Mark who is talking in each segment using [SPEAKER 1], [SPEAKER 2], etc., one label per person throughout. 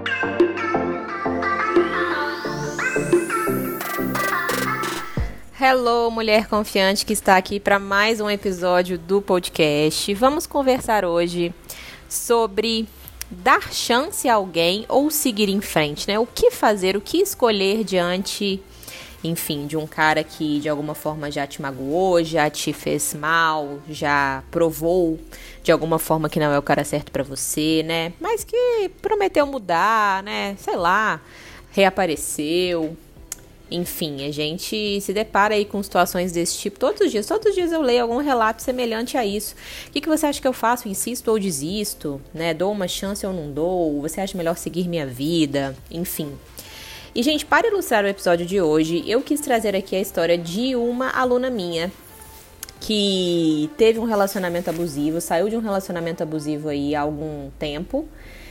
[SPEAKER 1] Hello, mulher confiante que está aqui para mais um episódio do podcast. Vamos conversar hoje sobre dar chance a alguém ou seguir em frente, né? O que fazer, o que escolher diante, enfim, de um cara que de alguma forma já te magoou, já te fez mal, já provou de alguma forma que não é o cara certo para você, né? Mas que prometeu mudar, né? Sei lá, reapareceu. Enfim, a gente se depara aí com situações desse tipo todos os dias eu leio algum relato semelhante a isso. O que você acha que eu faço? Insisto ou desisto? Né? Dou uma chance ou não dou? Você acha melhor seguir minha vida? Enfim. E, gente, para ilustrar o episódio de hoje, eu quis trazer aqui a história de uma aluna minha que teve um relacionamento abusivo, saiu de um relacionamento abusivo aí há algum tempo,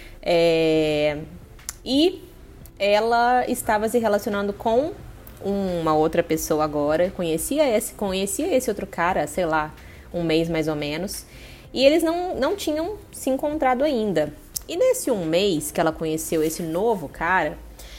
[SPEAKER 1] e ela estava se relacionando com uma outra pessoa agora, conhecia esse outro cara, sei lá, um mês mais ou menos, e eles não tinham se encontrado ainda. E nesse um mês que ela conheceu esse novo cara,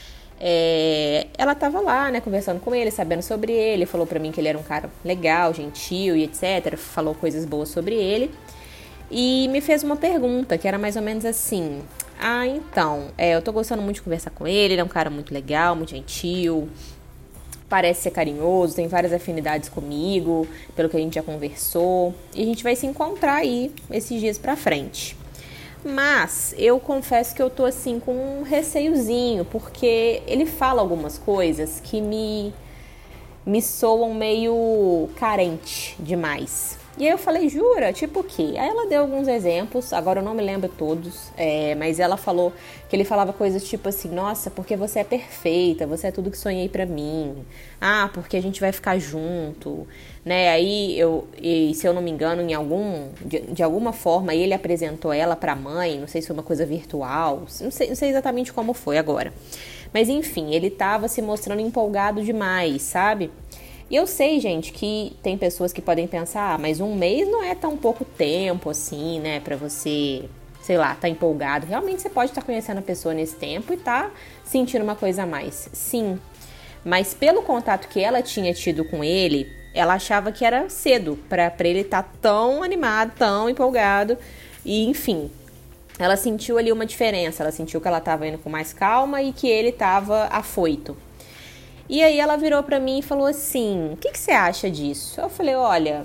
[SPEAKER 1] ela tava lá, né, conversando com ele, sabendo sobre ele, falou pra mim que ele era um cara legal, gentil e etc, falou coisas boas sobre ele, e me fez uma pergunta, que era mais ou menos assim: então, eu tô gostando muito de conversar com ele é um cara muito legal, muito gentil, parece ser carinhoso, tem várias afinidades comigo, pelo que a gente já conversou, e a gente vai se encontrar aí esses dias pra frente. Mas eu confesso que eu tô assim com um receiozinho, porque ele fala algumas coisas que me soam meio carente demais. E aí eu falei: jura? Tipo o quê? Aí ela deu alguns exemplos, agora eu não me lembro todos, mas ela falou que ele falava coisas tipo assim: nossa, porque você é perfeita, você é tudo que sonhei pra mim, porque a gente vai ficar junto, né? Aí e se eu não me engano, de alguma forma ele apresentou ela pra mãe, não sei se foi uma coisa virtual, não sei exatamente como foi agora. Mas enfim, ele tava se mostrando empolgado demais, sabe? E eu sei, gente, que tem pessoas que podem pensar: mas um mês não é tão pouco tempo assim, né, pra você, sei lá, tá empolgado. Realmente você pode estar conhecendo a pessoa nesse tempo e tá sentindo uma coisa a mais. Sim, mas pelo contato que ela tinha tido com ele, ela achava que era cedo pra ele estar tão animado, tão empolgado. E, enfim, ela sentiu ali uma diferença. Ela sentiu que ela tava indo com mais calma e que ele tava afoito. E aí ela virou pra mim e falou assim: o que você acha disso? Eu falei: olha,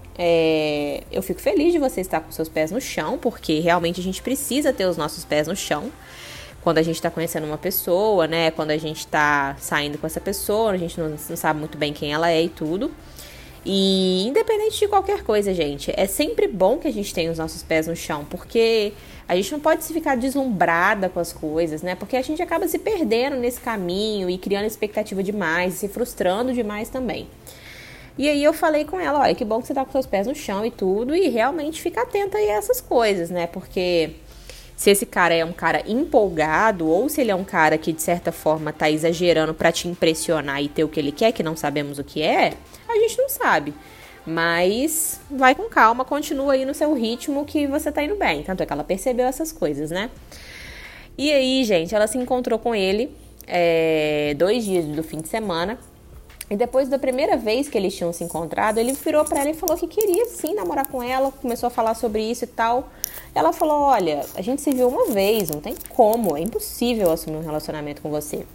[SPEAKER 1] eu fico feliz de você estar com seus pés no chão, porque realmente a gente precisa ter os nossos pés no chão quando a gente tá conhecendo uma pessoa, né? Quando a gente tá saindo com essa pessoa, a gente não sabe muito bem quem ela é e tudo. E independente de qualquer coisa, gente, é sempre bom que a gente tenha os nossos pés no chão, porque a gente não pode se ficar deslumbrada com as coisas, né? Porque a gente acaba se perdendo nesse caminho e criando expectativa demais, se frustrando demais também. E aí eu falei com ela: olha, que bom que você tá com seus pés no chão e tudo, e realmente fica atenta aí a essas coisas, né? Porque se esse cara é um cara empolgado, ou se ele é um cara que de certa forma tá exagerando pra te impressionar e ter o que ele quer, que não sabemos o que é, a gente não sabe. Mas vai com calma, continua aí no seu ritmo que você tá indo bem. Tanto é que ela percebeu essas coisas, né? E aí, gente, ela se encontrou com ele 2 dias do fim de semana. E depois da primeira vez que eles tinham se encontrado, ele virou pra ela e falou que queria sim namorar com ela. Começou a falar sobre isso e tal. Ela falou: olha, a gente se viu uma vez, não tem como, é impossível assumir um relacionamento com você.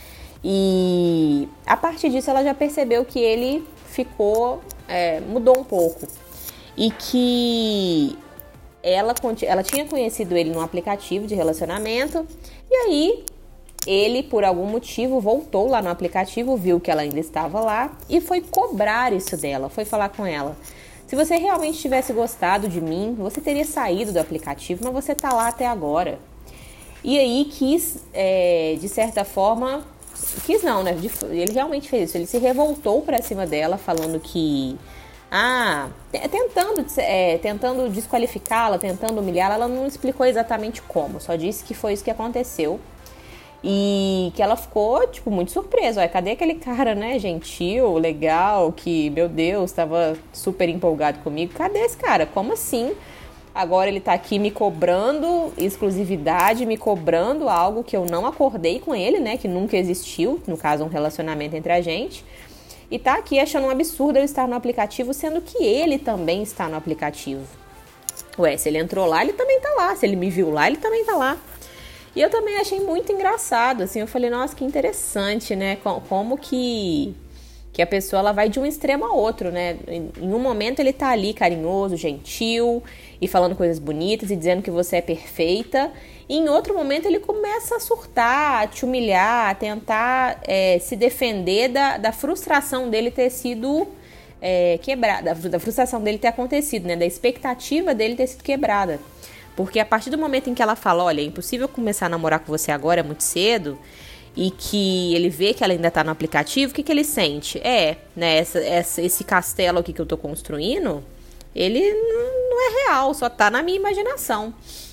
[SPEAKER 1] E a partir disso ela já percebeu que ele mudou um pouco. E que ela tinha conhecido ele num aplicativo de relacionamento. E aí ele, por algum motivo, voltou lá no aplicativo, viu que ela ainda estava lá e foi cobrar isso dela, foi falar com ela: se você realmente tivesse gostado de mim, você teria saído do aplicativo, mas você tá lá até agora. E aí quis, de certa forma, quis não, né? Ele realmente fez isso, ele se revoltou pra cima dela, falando que, tentando desqualificá-la, tentando humilhá-la. Ela não explicou exatamente como, só disse que foi isso que aconteceu. E que ela ficou, tipo, muito surpresa. Olha, cadê aquele cara, né, gentil, legal, que, meu Deus, estava super empolgado comigo? Cadê esse cara? Como assim Agora ele tá aqui me cobrando exclusividade, me cobrando algo que eu não acordei com ele, né? Que nunca existiu, no caso, um relacionamento entre a gente. E tá aqui achando um absurdo eu estar no aplicativo, sendo que ele também está no aplicativo. Ué, se ele entrou lá, ele também tá lá. Se ele me viu lá, ele também tá lá. E eu também achei muito engraçado, assim. Eu falei, nossa, que interessante, né? Como que a pessoa ela vai de um extremo a outro, né? Em um momento ele tá ali carinhoso, gentil e falando coisas bonitas e dizendo que você é perfeita. E em outro momento ele começa a surtar, a te humilhar, a tentar se defender da frustração dele ter sido quebrada, da frustração dele ter acontecido, né? Da expectativa dele ter sido quebrada. Porque a partir do momento em que ela fala, olha, é impossível começar a namorar com você agora, é muito cedo, e que ele vê que ela ainda tá no aplicativo, o que ele sente? Né, esse castelo aqui que eu tô construindo, ele não é real, só tá na minha imaginação.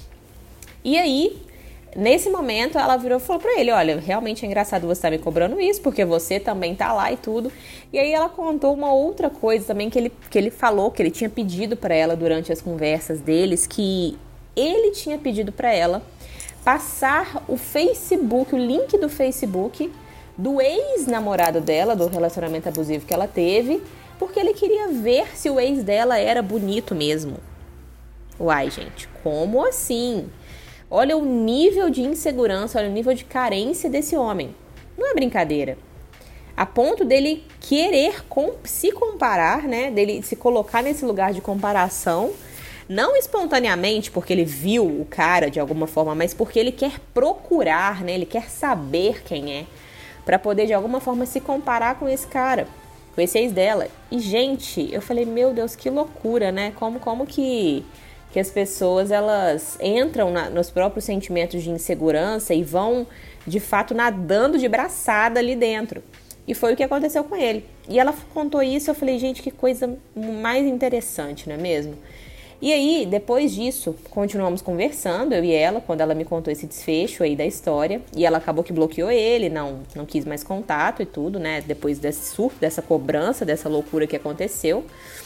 [SPEAKER 1] E aí, nesse momento, ela virou e falou pra ele, olha, realmente é engraçado você estar me cobrando isso, porque você também tá lá e tudo. E aí ela contou uma outra coisa também que ele falou, que ele tinha pedido pra ela durante as conversas deles, que ele tinha pedido pra ela passar o Facebook, o link do Facebook do ex-namorado dela, do relacionamento abusivo que ela teve, porque ele queria ver se o ex dela era bonito mesmo. Uai, gente, como assim? Olha o nível de insegurança, olha o nível de carência desse homem. Não é brincadeira. A ponto dele querer se comparar, né? Dele se colocar nesse lugar de comparação. Não espontaneamente porque ele viu o cara de alguma forma, mas porque ele quer procurar, né? Ele quer saber quem é, pra poder de alguma forma se comparar com esse cara, com esse ex dela. E gente, eu falei, meu Deus, que loucura, né? Como que as pessoas elas entram nos próprios sentimentos de insegurança e vão de fato nadando de braçada ali dentro. E foi o que aconteceu com ele. E ela contou isso, eu falei, gente, que coisa mais interessante, não é mesmo? E aí, depois disso, continuamos conversando, eu e ela, quando ela me contou esse desfecho aí da história. E ela acabou que bloqueou ele, não quis mais contato e tudo, né? Depois desse surto, dessa cobrança, dessa loucura que aconteceu.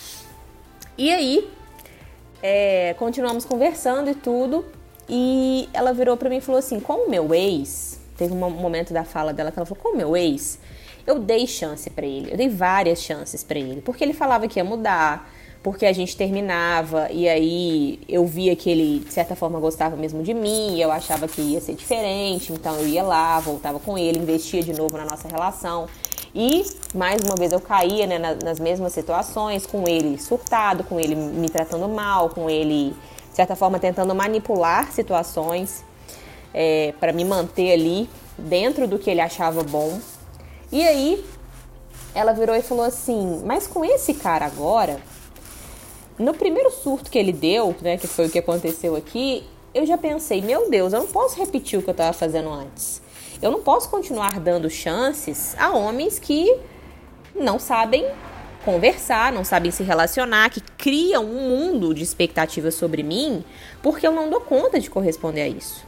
[SPEAKER 1] E aí, continuamos conversando e tudo. E ela virou pra mim e falou assim, com o meu ex, teve um momento da fala dela que ela falou, com o meu ex, eu dei chance pra ele, eu dei várias chances pra ele. Porque ele falava que ia mudar, porque a gente terminava e aí eu via que ele, de certa forma, gostava mesmo de mim e eu achava que ia ser diferente, então eu ia lá, voltava com ele, investia de novo na nossa relação e, mais uma vez, eu caía, né, nas mesmas situações, com ele surtado, com ele me tratando mal, com ele, de certa forma, tentando manipular situações para me manter ali dentro do que ele achava bom. E aí, ela virou e falou assim, mas com esse cara agora... No primeiro surto que ele deu, né, que foi o que aconteceu aqui, eu já pensei, meu Deus, eu não posso repetir o que eu estava fazendo antes. Eu não posso continuar dando chances a homens que não sabem conversar, não sabem se relacionar, que criam um mundo de expectativas sobre mim, porque eu não dou conta de corresponder a isso.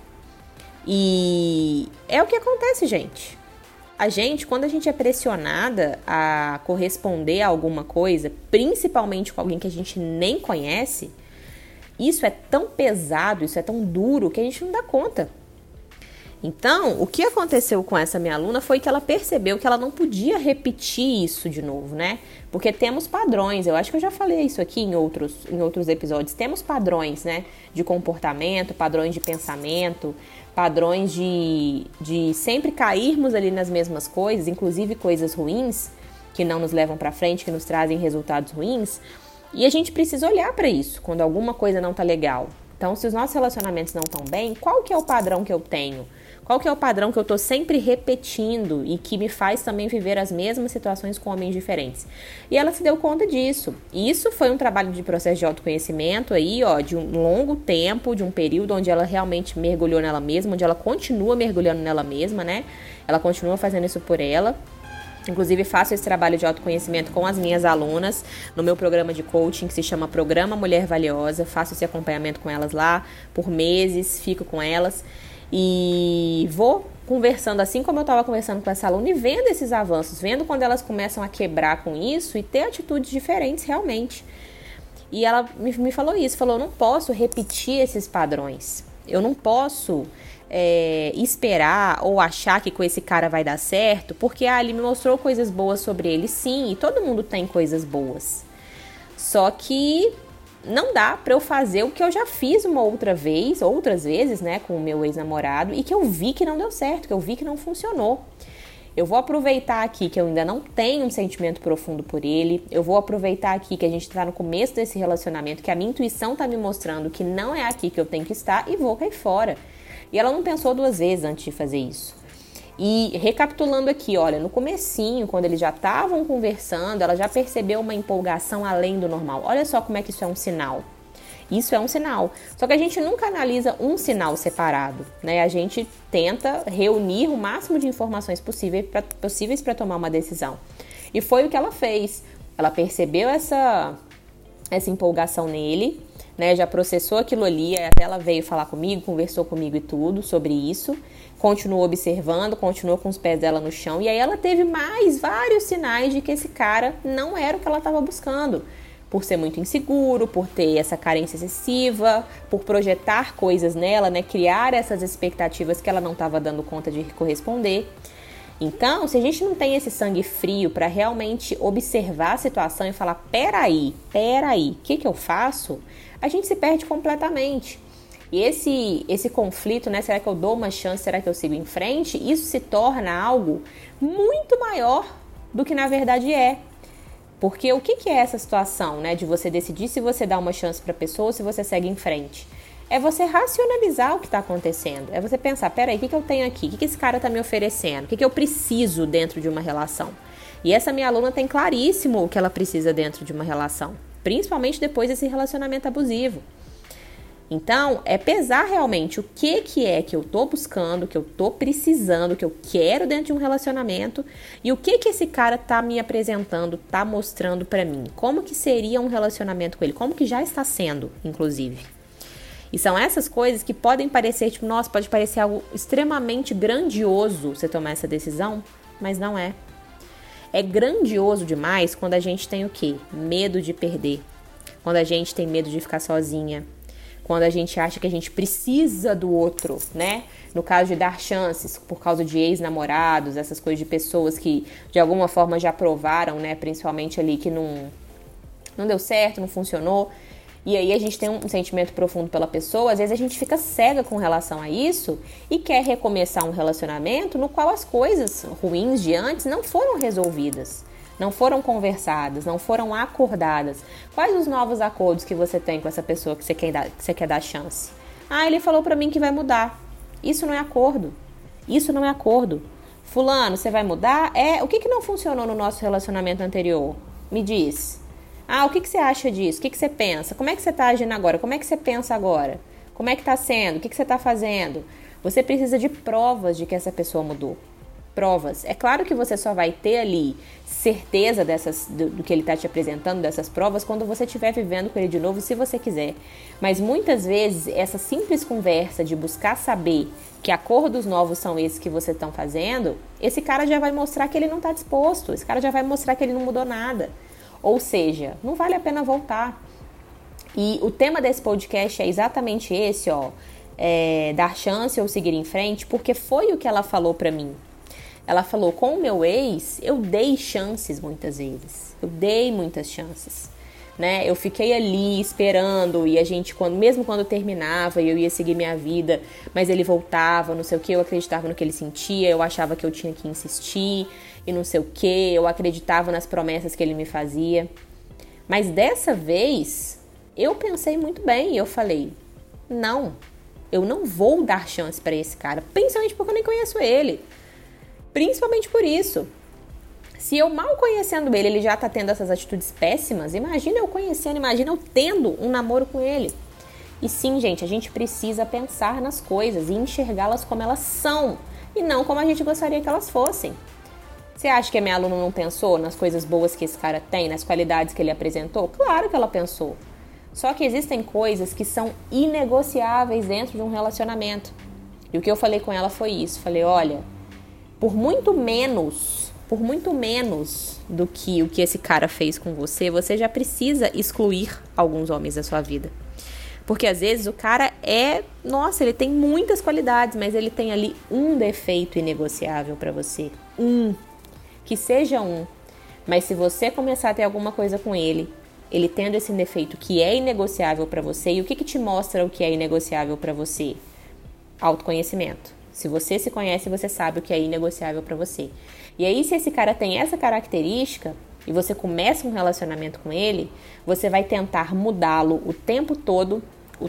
[SPEAKER 1] E é o que acontece, gente. A gente, quando a gente é pressionada a corresponder a alguma coisa, principalmente com alguém que a gente nem conhece, isso é tão pesado, isso é tão duro que a gente não dá conta. Então, o que aconteceu com essa minha aluna foi que ela percebeu que ela não podia repetir isso de novo, né? Porque temos padrões, eu acho que eu já falei isso aqui em outros episódios, temos padrões, né? De comportamento, padrões de pensamento, padrões de sempre cairmos ali nas mesmas coisas, inclusive coisas ruins, que não nos levam pra frente, que nos trazem resultados ruins. E a gente precisa olhar pra isso, quando alguma coisa não tá legal. Então, se os nossos relacionamentos não estão bem, qual que é o padrão que eu tenho? Qual que é o padrão que eu tô sempre repetindo e que me faz também viver as mesmas situações com homens diferentes? E ela se deu conta disso. E isso foi um trabalho de processo de autoconhecimento aí, ó, de um longo tempo, de um período onde ela realmente mergulhou nela mesma, onde ela continua mergulhando nela mesma, né? Ela continua fazendo isso por ela. Inclusive, faço esse trabalho de autoconhecimento com as minhas alunas no meu programa de coaching, que se chama Programa Mulher Valiosa. Faço esse acompanhamento com elas lá por meses, fico com elas. E vou conversando assim como eu estava conversando com essa aluna e vendo esses avanços, vendo quando elas começam a quebrar com isso e ter atitudes diferentes realmente. E ela me falou isso, falou, eu não posso repetir esses padrões. Eu não posso esperar ou achar que com esse cara vai dar certo, porque ele me mostrou coisas boas sobre ele, sim, e todo mundo tem coisas boas. Só que não dá pra eu fazer o que eu já fiz outras vezes, né, com o meu ex-namorado, e que eu vi que não deu certo, que eu vi que não funcionou. Eu vou aproveitar aqui que eu ainda não tenho um sentimento profundo por ele. Eu vou aproveitar aqui que a gente tá no começo desse relacionamento, que a minha intuição tá me mostrando que não é aqui que eu tenho que estar, e vou cair fora. E ela não pensou duas vezes antes de fazer isso. E recapitulando aqui, olha, no comecinho, quando eles já estavam conversando, ela já percebeu uma empolgação além do normal. Olha só como é que isso é um sinal. Isso é um sinal. Só que a gente nunca analisa um sinal separado, né? A gente tenta reunir o máximo de informações possíveis para tomar uma decisão. E foi o que ela fez. Ela percebeu essa empolgação nele, né? Já processou aquilo ali, até ela veio falar comigo, conversou comigo e tudo sobre isso. Continuou observando, continuou com os pés dela no chão. E aí ela teve vários sinais de que esse cara não era o que ela estava buscando. Por ser muito inseguro, por ter essa carência excessiva, por projetar coisas nela, né? Criar essas expectativas que ela não estava dando conta de corresponder. Então, se a gente não tem esse sangue frio para realmente observar a situação e falar, peraí, o que eu faço? A gente se perde completamente. E esse conflito, né? Será que eu dou uma chance? Será que eu sigo em frente? Isso se torna algo muito maior do que na verdade é. Porque o que é essa situação, né, de você decidir se você dá uma chance para a pessoa ou se você segue em frente? É você racionalizar o que está acontecendo. É você pensar, peraí, o que eu tenho aqui? O que esse cara está me oferecendo? O que eu preciso dentro de uma relação? E essa minha aluna tem claríssimo o que ela precisa dentro de uma relação. Principalmente depois desse relacionamento abusivo. Então, é pesar realmente o que é que eu tô buscando, o que eu tô precisando, o que eu quero dentro de um relacionamento e o que esse cara tá me apresentando, tá mostrando pra mim. Como que seria um relacionamento com ele, como que já está sendo, inclusive. E são essas coisas que podem parecer, tipo, nossa, pode parecer algo extremamente grandioso você tomar essa decisão, mas não é. É grandioso demais quando a gente tem o quê? Medo de perder. Quando a gente tem medo de ficar sozinha. Quando a gente acha que a gente precisa do outro, né? No caso de dar chances por causa de ex-namorados, essas coisas de pessoas que de alguma forma já provaram, né? Principalmente ali que não deu certo, não funcionou. E aí a gente tem um sentimento profundo pela pessoa, às vezes a gente fica cega com relação a isso e quer recomeçar um relacionamento no qual as coisas ruins de antes não foram resolvidas. Não foram conversadas, não foram acordadas. Quais os novos acordos que você tem com essa pessoa que você quer dar chance? Ele falou pra mim que vai mudar. Isso não é acordo. Isso não é acordo. Fulano, você vai mudar? O que não funcionou no nosso relacionamento anterior? Me diz. O que você acha disso? O que você pensa? Como é que você tá agindo agora? Como é que você pensa agora? Como é que tá sendo? O que você tá fazendo? Você precisa de provas de que essa pessoa mudou. Provas. É claro que você só vai ter ali certeza do que ele está te apresentando, dessas provas, quando você estiver vivendo com ele de novo, se você quiser. Mas muitas vezes, essa simples conversa de buscar saber que acordos novos são esses que vocês estão fazendo, esse cara já vai mostrar que ele não está disposto, esse cara já vai mostrar que ele não mudou nada. Ou seja, não vale a pena voltar. E o tema desse podcast é exatamente esse, dar chance ou seguir em frente, porque foi o que ela falou pra mim. Ela falou, com o meu ex, eu dei chances muitas vezes. Eu dei muitas chances, né? Eu fiquei ali esperando e a gente, mesmo quando terminava, eu ia seguir minha vida, mas ele voltava, não sei o que, eu acreditava no que ele sentia, eu achava que eu tinha que insistir e não sei o que, eu acreditava nas promessas que ele me fazia. Mas dessa vez, eu pensei muito bem e eu falei, não, eu não vou dar chance pra esse cara, principalmente porque eu nem conheço ele. Principalmente por isso. Se eu mal conhecendo ele já tá tendo essas atitudes péssimas, imagina eu conhecendo, imagina eu tendo um namoro com ele. E sim, gente, a gente precisa pensar nas coisas e enxergá-las como elas são e não como a gente gostaria que elas fossem. Você acha que a minha aluna não pensou nas coisas boas que esse cara tem, nas qualidades que ele apresentou? Claro que ela pensou. Só que existem coisas que são inegociáveis dentro de um relacionamento. E o que eu falei com ela foi isso. Falei, olha, por muito menos por muito menos do que o que esse cara fez com você, você já precisa excluir alguns homens da sua vida. Porque às vezes o cara ele tem muitas qualidades, mas ele tem ali um defeito inegociável pra você. Que seja um. Mas se você começar a ter alguma coisa com ele tendo esse defeito que é inegociável pra você, e o que te mostra o que é inegociável pra você? Autoconhecimento. Se você se conhece, você sabe o que é inegociável pra você. E aí, se esse cara tem essa característica e você começa um relacionamento com ele, você vai tentar mudá-lo o tempo todo.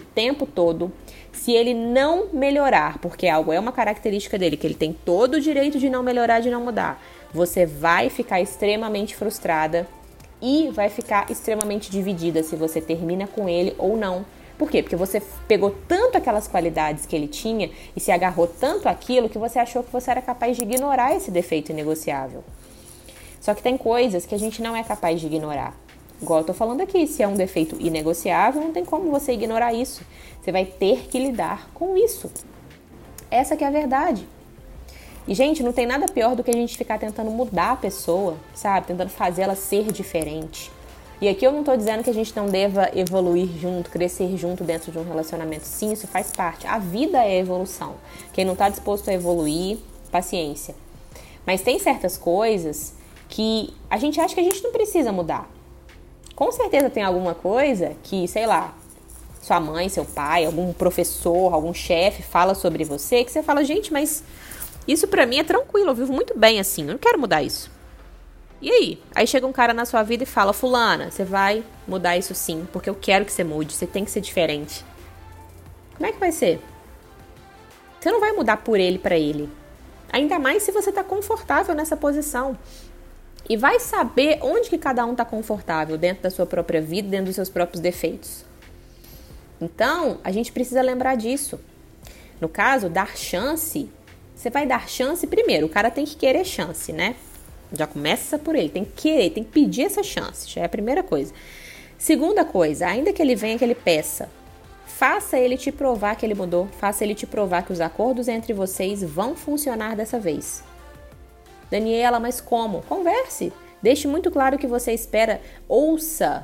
[SPEAKER 1] Se ele não melhorar, porque algo é uma característica dele, que ele tem todo o direito de não melhorar, de não mudar, você vai ficar extremamente frustrada e vai ficar extremamente dividida se você termina com ele ou não. Por quê? Porque você pegou tanto aquelas qualidades que ele tinha e se agarrou tanto àquilo que você achou que você era capaz de ignorar esse defeito inegociável. Só que tem coisas que a gente não é capaz de ignorar. Igual eu tô falando aqui, se é um defeito inegociável, não tem como você ignorar isso. Você vai ter que lidar com isso. Essa que é a verdade. E, gente, não tem nada pior do que a gente ficar tentando mudar a pessoa, sabe? Tentando fazer ela ser diferente. E aqui eu não tô dizendo que a gente não deva evoluir junto, crescer junto dentro de um relacionamento. Sim, isso faz parte. A vida é evolução. Quem não tá disposto a evoluir, paciência. Mas tem certas coisas que a gente acha que a gente não precisa mudar. Com certeza tem alguma coisa que, sei lá, sua mãe, seu pai, algum professor, algum chefe fala sobre você, que você fala, gente, mas isso pra mim é tranquilo, eu vivo muito bem assim, eu não quero mudar isso. E aí? Aí chega um cara na sua vida e fala, fulana, você vai mudar isso sim, porque eu quero que você mude, você tem que ser diferente. Como é que vai ser? Você não vai mudar por ele, pra ele. Ainda mais se você tá confortável nessa posição. E vai saber onde que cada um tá confortável dentro da sua própria vida, dentro dos seus próprios defeitos. Então, a gente precisa lembrar disso. No caso, dar chance, você vai dar chance primeiro. O cara tem que querer chance, né? Já começa por ele, tem que querer, tem que pedir essa chance. Já é a primeira coisa. Segunda coisa, ainda que ele venha, que ele peça, faça ele te provar que ele mudou. Faça ele te provar que os acordos entre vocês vão funcionar dessa vez. Daniela, mas como? Converse. Deixe muito claro o que você espera. Ouça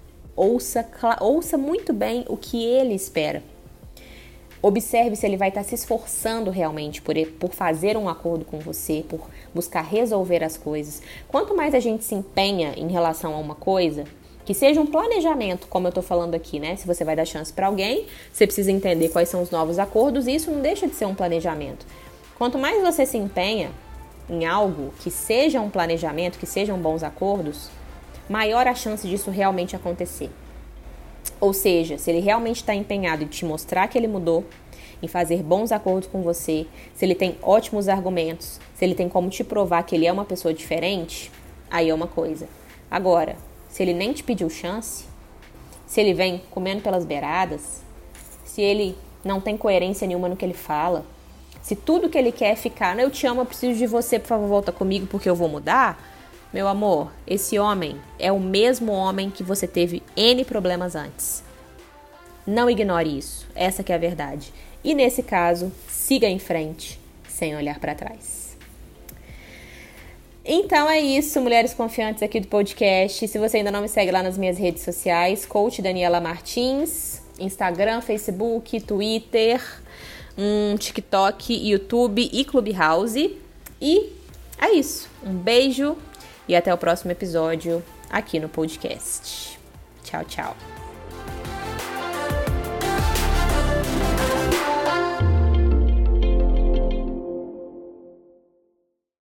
[SPEAKER 1] muito bem o que ele espera. Observe se ele vai estar se esforçando realmente por fazer um acordo com você, por buscar resolver as coisas. Quanto mais a gente se empenha em relação a uma coisa, que seja um planejamento, como eu tô falando aqui, né? Se você vai dar chance para alguém, você precisa entender quais são os novos acordos, e isso não deixa de ser um planejamento. Quanto mais você se empenha em algo que seja um planejamento, que sejam bons acordos, maior a chance disso realmente acontecer. Ou seja, se ele realmente está empenhado em te mostrar que ele mudou, em fazer bons acordos com você, se ele tem ótimos argumentos, se ele tem como te provar que ele é uma pessoa diferente, aí é uma coisa. Agora, se ele nem te pediu chance, se ele vem comendo pelas beiradas, se ele não tem coerência nenhuma no que ele fala, se tudo que ele quer é ficar, eu te amo, eu preciso de você, por favor, volta comigo porque eu vou mudar. Meu amor, esse homem é o mesmo homem que você teve N problemas antes. Não ignore isso, essa que é a verdade. E nesse caso, siga em frente, sem olhar para trás. Então é isso, mulheres confiantes aqui do podcast. Se você ainda não me segue lá nas minhas redes sociais, Coach Daniela Martins, Instagram, Facebook, Twitter, TikTok, YouTube e Clubhouse. E é isso. Um beijo e até o próximo episódio aqui no podcast. Tchau, tchau.